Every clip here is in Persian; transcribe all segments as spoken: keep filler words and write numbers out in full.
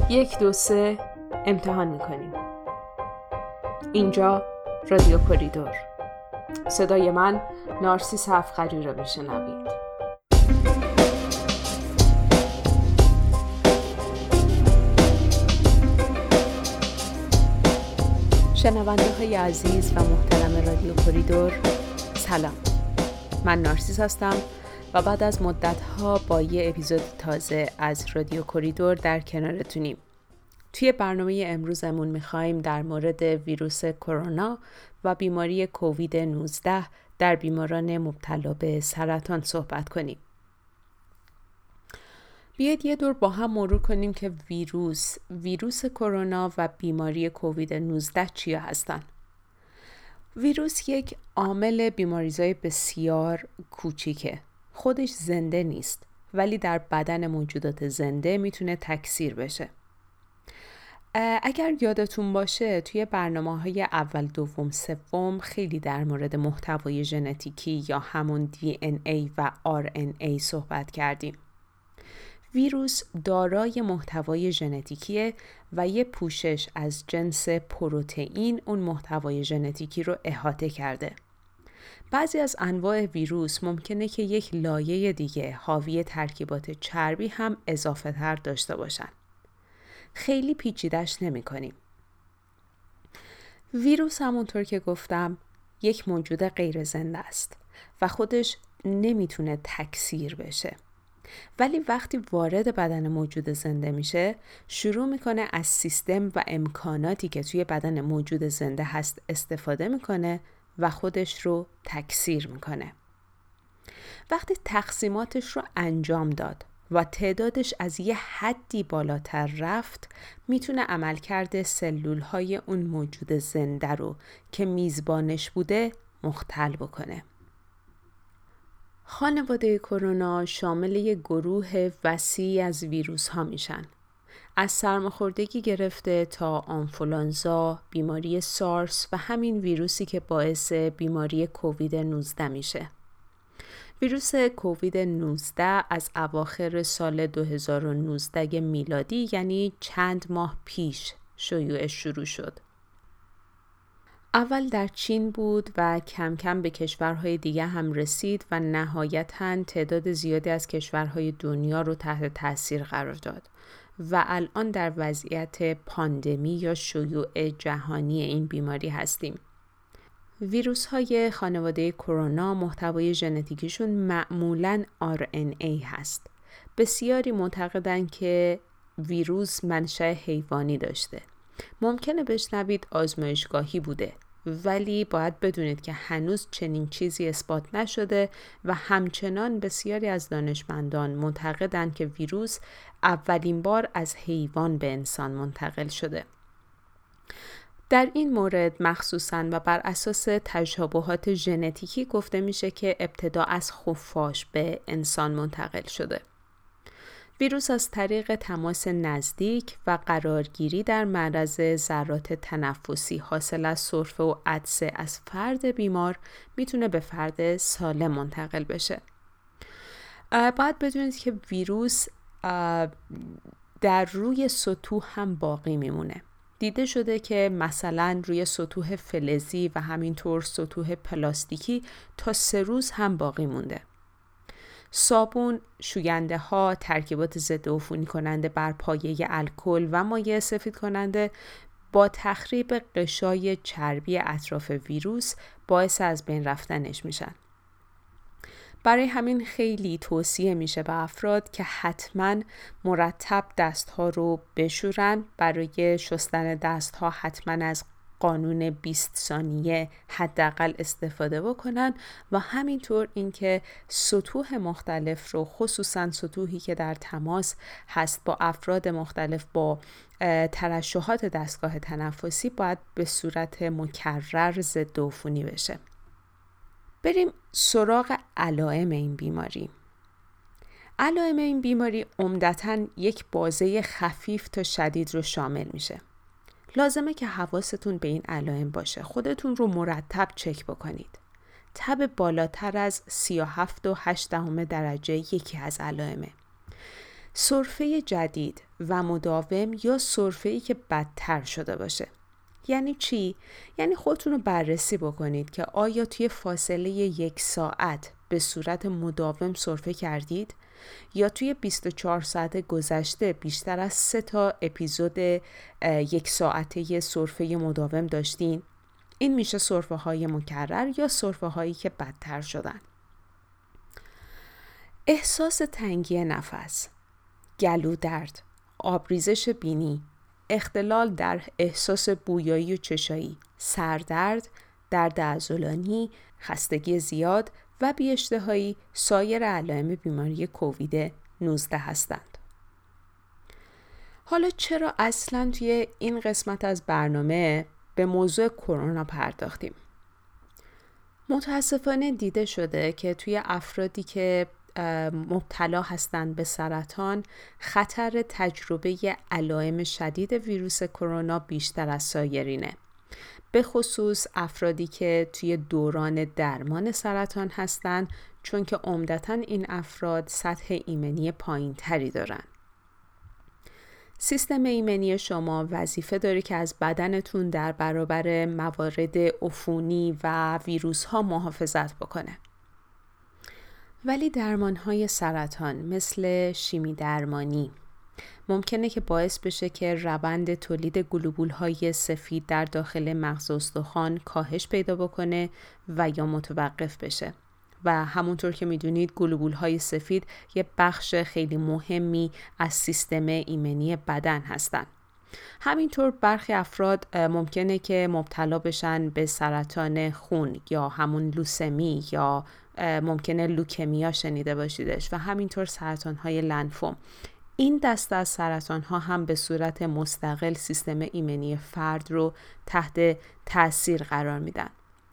یک دو سه امتحان میکنیم. اینجا رادیو کوریدور. صدای من نارسیس افخری را میشنوید. شنونده های عزیز و محترم رادیو کوریدور، سلام. من نارسیس هستم و بعد از مدت‌ها با یه اپیزود تازه از رادیو کوریدور در کنارتونیم. توی برنامه امروزمون می‌خوایم در مورد ویروس کرونا و بیماری کووید نوزده در بیماران مبتلا به سرطان صحبت کنیم. بیاید یه دور با هم مرور کنیم که ویروس، ویروس کرونا و بیماری کووید نوزده چیا هستن. ویروس یک عامل بیماریزای بسیار کوچیکه. خودش زنده نیست، ولی در بدن موجودات زنده میتونه تکثیر بشه. اگر یادتون باشه توی برنامه‌های اول، دوم، سوم خیلی در مورد محتوای ژنتیکی یا همون دی ان ای و آر ان ای صحبت کردیم. ویروس دارای محتوای ژنتیکیه و یه پوشش از جنس پروتئین اون محتوای ژنتیکی رو احاطه کرده. بعضی از انواع ویروس ممکنه که یک لایه دیگه حاوی ترکیبات چربی هم اضافه تر داشته باشن. خیلی پیچیدش نمی کنیم. ویروس همونطور که گفتم یک موجود غیر زنده است و خودش نمیتونه تکثیر بشه. ولی وقتی وارد بدن موجود زنده میشه، شروع میکنه از سیستم و امکاناتی که توی بدن موجود زنده هست استفاده میکنه و خودش رو تکثیر میکنه. وقتی تقسیماتش رو انجام داد و تعدادش از یه حدی بالاتر رفت، میتونه عملکرد سلول‌های اون موجود زنده رو که میزبانش بوده مختل بکنه. خانواده کرونا شامل یک گروه وسیعی از ویروس ها میشن. از سرماخوردگی گرفته تا آنفولانزا، بیماری سارس و همین ویروسی که باعث بیماری کووید نوزده میشه. ویروس کووید نوزده از اواخر سال دو هزار و نوزده میلادی، یعنی چند ماه پیش، شیوعش شروع شد. اول در چین بود و کم کم به کشورهای دیگه هم رسید و نهایتاً تعداد زیادی از کشورهای دنیا رو تحت تاثیر قرار داد و الان در وضعیت پاندمی یا شیوع جهانی این بیماری هستیم. ویروس های خانواده کرونا محتوای ژنتیکیشون معمولاً آر ان ای هست. بسیاری معتقدن که ویروس منشأ حیوانی داشته. ممکنه بشنوید آزمایشگاهی بوده، ولی باید بدونید که هنوز چنین چیزی اثبات نشده و همچنان بسیاری از دانشمندان معتقدند که ویروس اولین بار از حیوان به انسان منتقل شده. در این مورد مخصوصاً و بر اساس تشابهات ژنتیکی گفته میشه که ابتدا از خفاش به انسان منتقل شده. ویروس از طریق تماس نزدیک و قرارگیری در معرض ذرات تنفسی حاصل از سرفه و عطسه از فرد بیمار میتونه به فرد سالم منتقل بشه. باید بدونید که ویروس در روی سطوح هم باقی میمونه. دیده شده که مثلا روی سطوح فلزی و همینطور سطوح پلاستیکی تا سه روز هم باقی مونده. صابون، شوینده ها، ترکیبات ضد عفونی کننده بر پایه الکل و مایع سفید کننده با تخریب غشای چربی اطراف ویروس باعث از بین رفتنش میشن. برای همین خیلی توصیه میشه به افراد که حتما مرتب دستها رو بشورن. برای شستن دستها حتما از قانون بیست ثانیه حداقل استفاده بکنن و همینطور اینکه سطوح مختلف رو، خصوصا سطوحی که در تماس هست با افراد مختلف با ترشحات دستگاه تنفسی، باید به صورت مکرر ضد عفونی بشه. بریم سراغ علائم این بیماری. علائم این بیماری عمدتاً یک بازه خفیف تا شدید رو شامل میشه. لازمه که حواستون به این علائم باشه. خودتون رو مرتب چک بکنید. تب بالاتر از سی و هفت و هشت دهم درجه یکی از علائمه. سرفه جدید و مداوم یا سرفه‌ای که بدتر شده باشه. یعنی چی؟ یعنی خودتون رو بررسی بکنید که آیا توی فاصله یک ساعت به صورت مداوم سرفه کردید یا توی بیست و چهار ساعت گذشته بیشتر از سه تا اپیزود یک ساعته سرفه مداوم داشتین. این میشه سرفه های مکرر یا سرفه هایی که بدتر شدن. احساس تنگی نفس، گلو درد، آبریزش بینی، اختلال در احساس بویایی و چشایی، سردرد، درد عضلانی، خستگی زیاد و بی‌اشتهایی سایر علائم بیماری کووید نوزده هستند. حالا چرا اصلاً توی این قسمت از برنامه به موضوع کرونا پرداختیم؟ متاسفانه دیده شده که توی افرادی که مبتلا هستند به سرطان خطر تجربه علائم شدید ویروس کرونا بیشتر از سایرینه. به خصوص افرادی که توی دوران درمان سرطان هستند، چون که عمدتاً این افراد سطح ایمنی پایین تری دارن. سیستم ایمنی شما وظیفه داره که از بدنتون در برابر موارد عفونی و ویروس ها محافظت بکنه. ولی درمان‌های سرطان مثل شیمی درمانی ممکنه که باعث بشه که روند تولید گلوبول‌های سفید در داخل مغز استخوان کاهش پیدا بکنه و یا متوقف بشه. و همونطور که میدونید گلوبول‌های سفید یه بخش خیلی مهمی از سیستم ایمنی بدن هستن. همینطور برخی افراد ممکنه که مبتلا بشن به سرطان خون یا همون لوسمی یا ممکنه لوکمیا شنیده باشیدش و همینطور سرطان‌های لنفوم. این دسته از سرطان‌ها هم به صورت مستقل سیستم ایمنی فرد رو تحت تأثیر قرار میدن.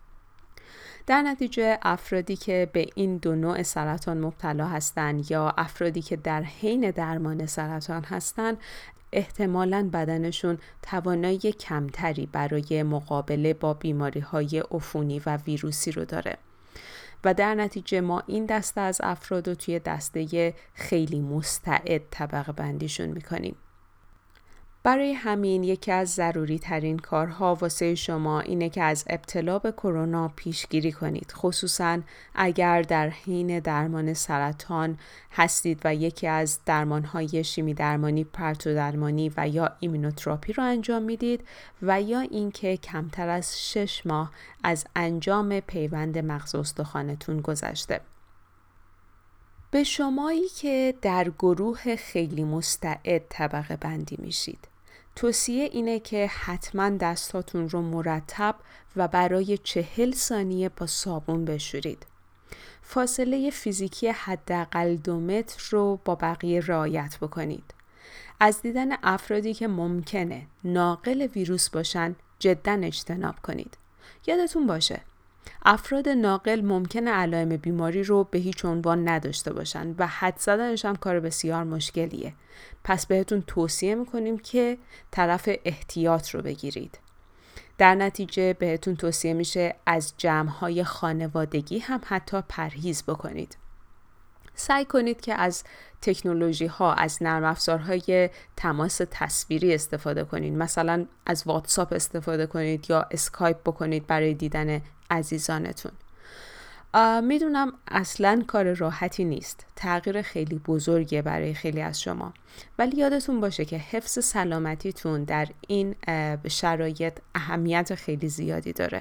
در نتیجه افرادی که به این دو نوع سرطان مبتلا هستند یا افرادی که در حین درمان سرطان هستند احتمالاً بدنشون توانایی کمتری برای مقابله با بیماری‌های عفونی و ویروسی رو داره و در نتیجه ما این دسته از افراد رو توی دسته خیلی مستعد طبقه بندیشون میکنیم. برای همین یکی از ضروری ترین کارها واسه شما اینه که از ابتلا به کرونا پیشگیری کنید، خصوصا اگر در حین درمان سرطان هستید و یکی از درمانهای شیمی درمانی، پرتو درمانی و یا ایمونوتراپی رو انجام میدید و یا اینکه کمتر از شش ماه از انجام پیوند مغز استخوانتون گذشته. به شمایی که در گروه خیلی مستعد طبقه بندی میشید، توصیه اینه که حتما دستاتون رو مرتب و برای چهل ثانیه با صابون بشورید. فاصله فیزیکی حداقل دو متر رو با بقیه رعایت بکنید. از دیدن افرادی که ممکنه ناقل ویروس باشن جداً اجتناب کنید. یادتون باشه افراد ناقل ممکنه علائم بیماری رو به هیچ عنوان نداشته باشن و حد زدنش هم کار بسیار مشکلیه. پس بهتون توصیه میکنیم که طرف احتیاط رو بگیرید. در نتیجه بهتون توصیه میشه از جمع‌های خانوادگی هم حتی پرهیز بکنید. سعی کنید که از تکنولوژی ها، از نرم افزارهای تماس تصویری استفاده کنید. مثلا از واتساپ استفاده کنید یا اسکایپ بکنید برای دیدن عزیزانتون. میدونم اصلاً کار راحتی نیست. تغییر خیلی بزرگیه برای خیلی از شما. ولی یادتون باشه که حفظ سلامتیتون در این شرایط اهمیت خیلی زیادی داره.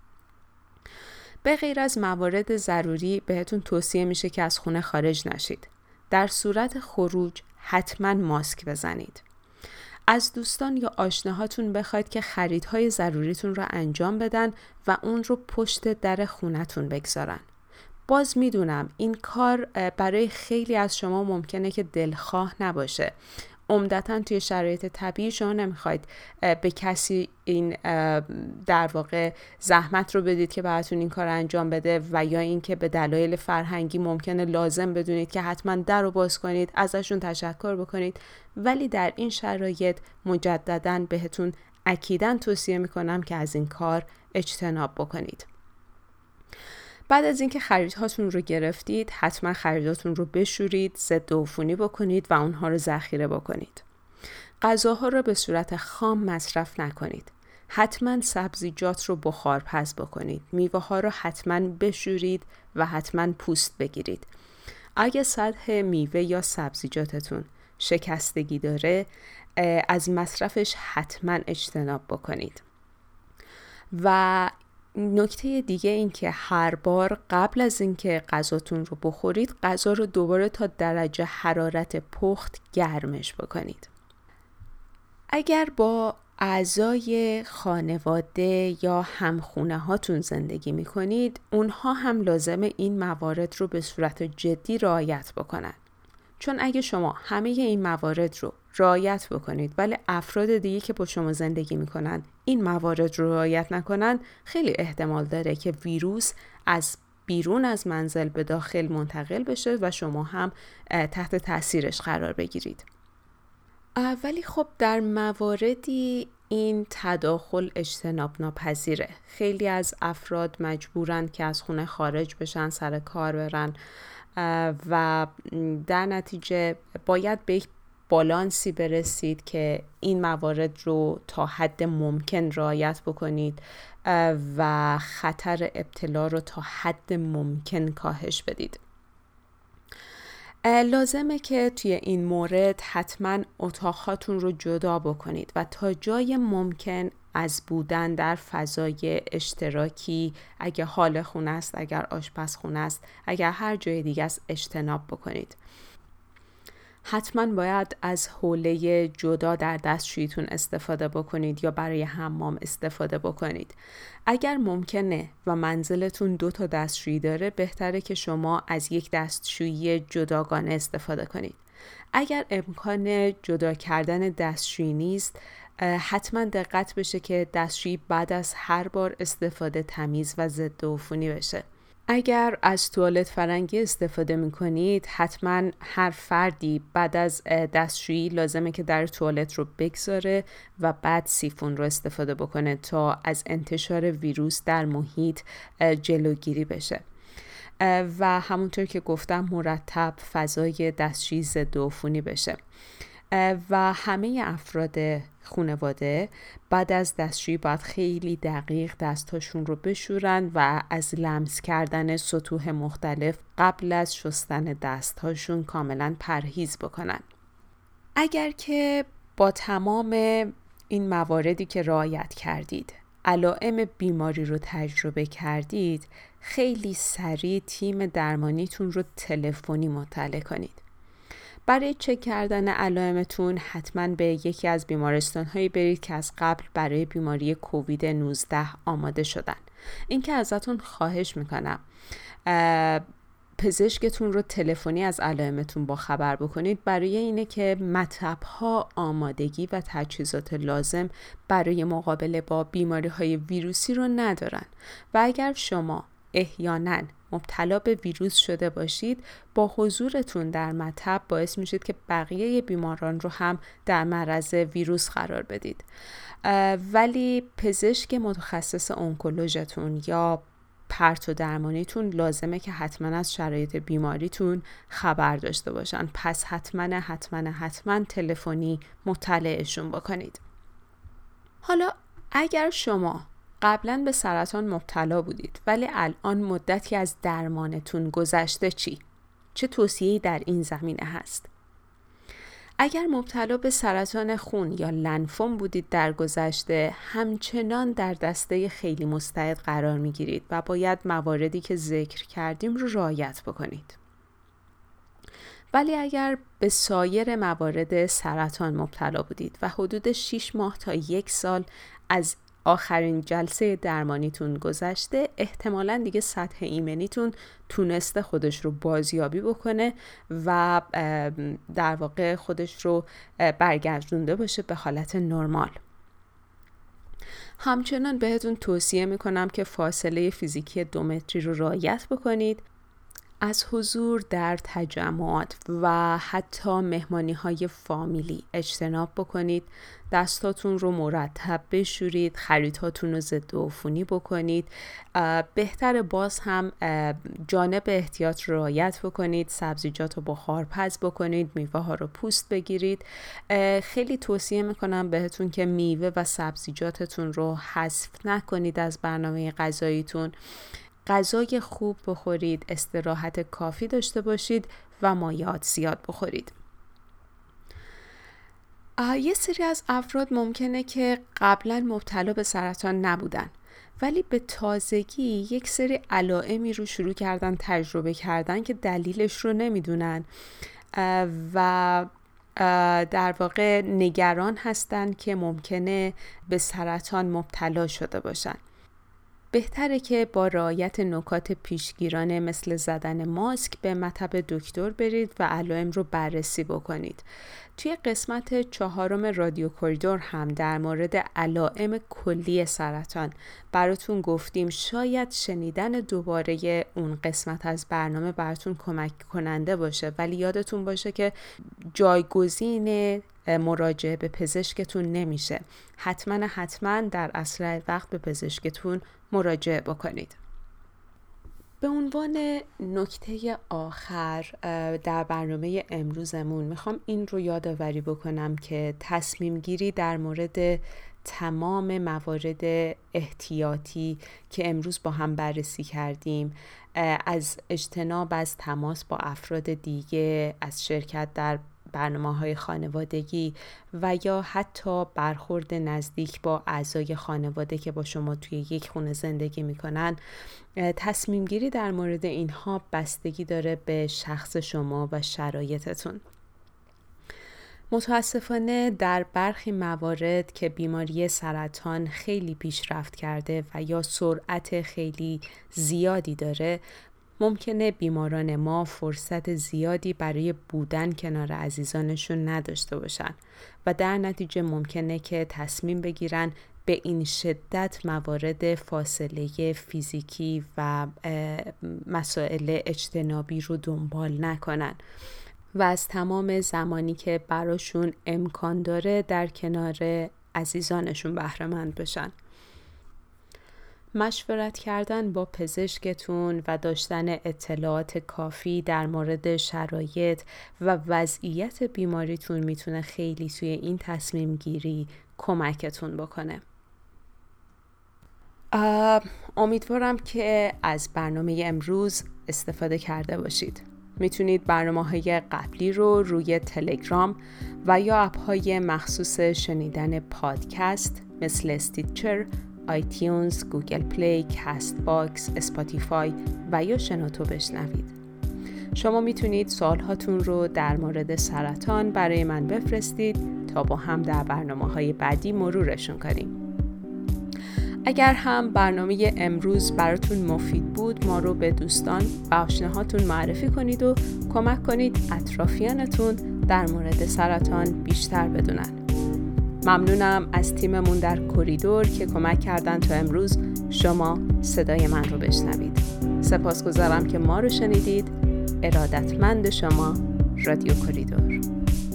به غیر از موارد ضروری بهتون توصیه میشه که از خونه خارج نشید. در صورت خروج حتما ماسک بزنید. از دوستان یا آشناهاتون بخواید که خریدهای ضروریتون رو انجام بدن و اون رو پشت در خونتون بگذارن. باز میدونم این کار برای خیلی از شما ممکنه که دلخواه نباشه. عمدتاً توی شرایط طبیعی شما نمیخواید به کسی این در واقع زحمت رو بدید که براتون این کار انجام بده و یا اینکه به دلایل فرهنگی ممکنه لازم بدونید که حتما در رو باز کنید، ازشون تشکر بکنید. ولی در این شرایط مجدداً بهتون اکیداً توصیه میکنم که از این کار اجتناب بکنید. بعد از اینکه خریدهاتون رو گرفتید، حتما خریداتون رو بشورید، ضد عفونی بکنید و اونها رو ذخیره بکنید. غذاها رو به صورت خام مصرف نکنید. حتما سبزیجات رو بخارپز بکنید. میوه ها رو حتما بشورید و حتما پوست بگیرید. اگه سطح میوه یا سبزیجاتتون شکستگی داره، از مصرفش حتما اجتناب بکنید. و نکته دیگه این که هر بار قبل از اینکه غذاتون رو بخورید، غذا رو دوباره تا درجه حرارت پخت گرمش بکنید. اگر با اعضای خانواده یا همخونه هاتون زندگی می کنید، اونها هم لازمه این موارد رو به صورت جدی رعایت بکنن. چون اگه شما همه این موارد رو رعایت بکنید ولی افراد دیگه که با شما زندگی میکنن این موارد رو رعایت نکنن، خیلی احتمال داره که ویروس از بیرون از منزل به داخل منتقل بشه و شما هم تحت تاثیرش قرار بگیرید. ولی خب در مواردی این تداخل اجتناب ناپذیره. خیلی از افراد مجبورن که از خونه خارج بشن، سر کار برن و در نتیجه باید به یک بالانسی برسید که این موارد رو تا حد ممکن رعایت بکنید و خطر ابتلا رو تا حد ممکن کاهش بدید. لازمه که توی این مورد حتما اتاقاتون رو جدا بکنید و تا جای ممکن از بودن در فضای اشتراکی، اگه حال خونه است، اگر آشپزخونه است، اگر هر جای دیگه است، اجتناب بکنید. حتما باید از حوله جدا در دستشوییتون استفاده بکنید یا برای حمام استفاده بکنید. اگر ممکنه و منزلتون دو تا دستشویی داره، بهتره که شما از یک دستشویی جداگانه استفاده کنید. اگر امکان جدا کردن دستشویی نیست، حتما دقت بشه که دستشویی بعد از هر بار استفاده تمیز و ضد عفونی بشه. اگر از توالت فرنگی استفاده میکنید، حتما هر فردی بعد از دستشویی لازمه که در توالت رو بگذاره و بعد سیفون رو استفاده بکنه تا از انتشار ویروس در محیط جلوگیری بشه. و همونطور که گفتم مرتب فضای دستشویی ضد عفونی بشه. و همه افراد خانواده بعد از دستشویی باید خیلی دقیق دستاشون رو بشورن و از لمس کردن سطوح مختلف قبل از شستن دستهاشون کاملا پرهیز بکنن. اگر که با تمام این مواردی که رعایت کردید علائم بیماری رو تجربه کردید، خیلی سریع تیم درمانیتون رو تلفنی مطلع کنید. برای چک کردن علائمتون حتما به یکی از بیمارستان‌هایی برید که از قبل برای بیماری کووید نوزده آماده شدن. این که ازتون خواهش میکنم پزشکتون رو تلفنی از علائمتون با خبر بکنید، برای اینه که مطب‌ها آمادگی و تجهیزات لازم برای مقابله با بیماری‌های ویروسی رو ندارن و اگر شما احیانا مبتلا به ویروس شده باشید، با حضورتون در مطب باعث میشید که بقیه بیماران رو هم در معرض ویروس قرار بدید. ولی پزشک متخصص اونکولوژتون یا پرتو درمانیتون لازمه که حتما از شرایط بیماریتون خبر داشته باشن. پس حتما حتما حتما تلفنی مطلعشون بکنید. حالا اگر شما قبلا به سرطان مبتلا بودید ولی الان مدتی از درمانتون گذشته، چی؟ چه توصیه‌ای در این زمینه هست؟ اگر مبتلا به سرطان خون یا لنفوم بودید در گذشته، همچنان در دسته خیلی مستعد قرار میگیرید و باید مواردی که ذکر کردیم رو رعایت بکنید. ولی اگر به سایر موارد سرطان مبتلا بودید و حدود شش ماه تا یک سال از آخرین جلسه درمانیتون گذشته، احتمالاً دیگه سطح ایمنیتون تونسته خودش رو بازیابی بکنه و در واقع خودش رو برگردونده باشه به حالت نرمال. همچنان بهتون توصیه میکنم که فاصله فیزیکی دو متری رو رعایت بکنید. از حضور در تجمعات و حتی مهمانی‌های فامیلی اجتناب بکنید. دستاتون رو مرتب بشورید، خریدهاتون رو ضد عفونی بکنید. بهتر باز هم جانب احتیاط رعایت بکنید، سبزیجات رو بخارپز بکنید، میوه ها رو پوست بگیرید. خیلی توصیه میکنم بهتون که میوه و سبزیجاتتون رو حذف نکنید از برنامه غذاییتون. غذای خوب بخورید، استراحت کافی داشته باشید و مایعات زیاد بخورید. یه سری از افراد ممکنه که قبلا مبتلا به سرطان نبودن ولی به تازگی یک سری علائمی رو شروع کردن تجربه کردن که دلیلش رو نمیدونن و در واقع نگران هستن که ممکنه به سرطان مبتلا شده باشن. بهتره که با رعایت نکات پیشگیرانه مثل زدن ماسک به مطب دکتر برید و علائم رو بررسی بکنید. توی قسمت چهارم رادیو کوریدور هم در مورد علائم کلی سرطان براتون گفتیم. شاید شنیدن دوباره اون قسمت از برنامه براتون کمک کننده باشه، ولی یادتون باشه که جایگزین مراجعه به پزشکتون نمیشه. حتما حتما در اسرع وقت به پزشکتون مراجعه بکنید. به عنوان نکته آخر در برنامه امروزمون میخوام این رو یادآوری بکنم که تصمیم گیری در مورد تمام موارد احتیاطی که امروز با هم بررسی کردیم، از اجتناب از تماس با افراد دیگه، از شرکت در برنامه‌های خانوادگی و یا حتی برخورد نزدیک با اعضای خانواده که با شما توی یک خونه زندگی میکنن، تصمیم گیری در مورد اینها بستگی داره به شخص شما و شرایطتون. متاسفانه در برخی موارد که بیماری سرطان خیلی پیشرفت کرده و یا سرعت خیلی زیادی داره، ممکنه بیماران ما فرصت زیادی برای بودن کنار عزیزانشون نداشته باشن و در نتیجه ممکنه که تصمیم بگیرن به این شدت موارد فاصله فیزیکی و مسائل اجتنابی رو دنبال نکنن و از تمام زمانی که براشون امکان داره در کنار عزیزانشون بهره مند بشن. مشورت کردن با پزشکتون و داشتن اطلاعات کافی در مورد شرایط و وضعیت بیماریتون میتونه خیلی توی این تصمیم گیری کمکتون بکنه. امیدوارم که از برنامه امروز استفاده کرده باشید. میتونید برنامه‌های قبلی رو روی تلگرام و یا اپ‌های مخصوص شنیدن پادکست مثل استیچر، آیتیونز، گوگل پلی، کست باکس، اسپاتیفای و یا شنوتو بشنوید. شما میتونید سوالهاتون رو در مورد سرطان برای من بفرستید تا با هم در برنامه‌های بعدی مرورشون کنیم. اگر هم برنامه امروز براتون مفید بود، ما رو به دوستان و آشناهاتون معرفی کنید و کمک کنید اطرافیانتون در مورد سرطان بیشتر بدونن. ممنونم از تیممون در کوریدور که کمک کردن تا امروز شما صدای من رو بشنوید. سپاسگزارم که ما رو شنیدید. ارادتمند شما، رادیو کوریدور.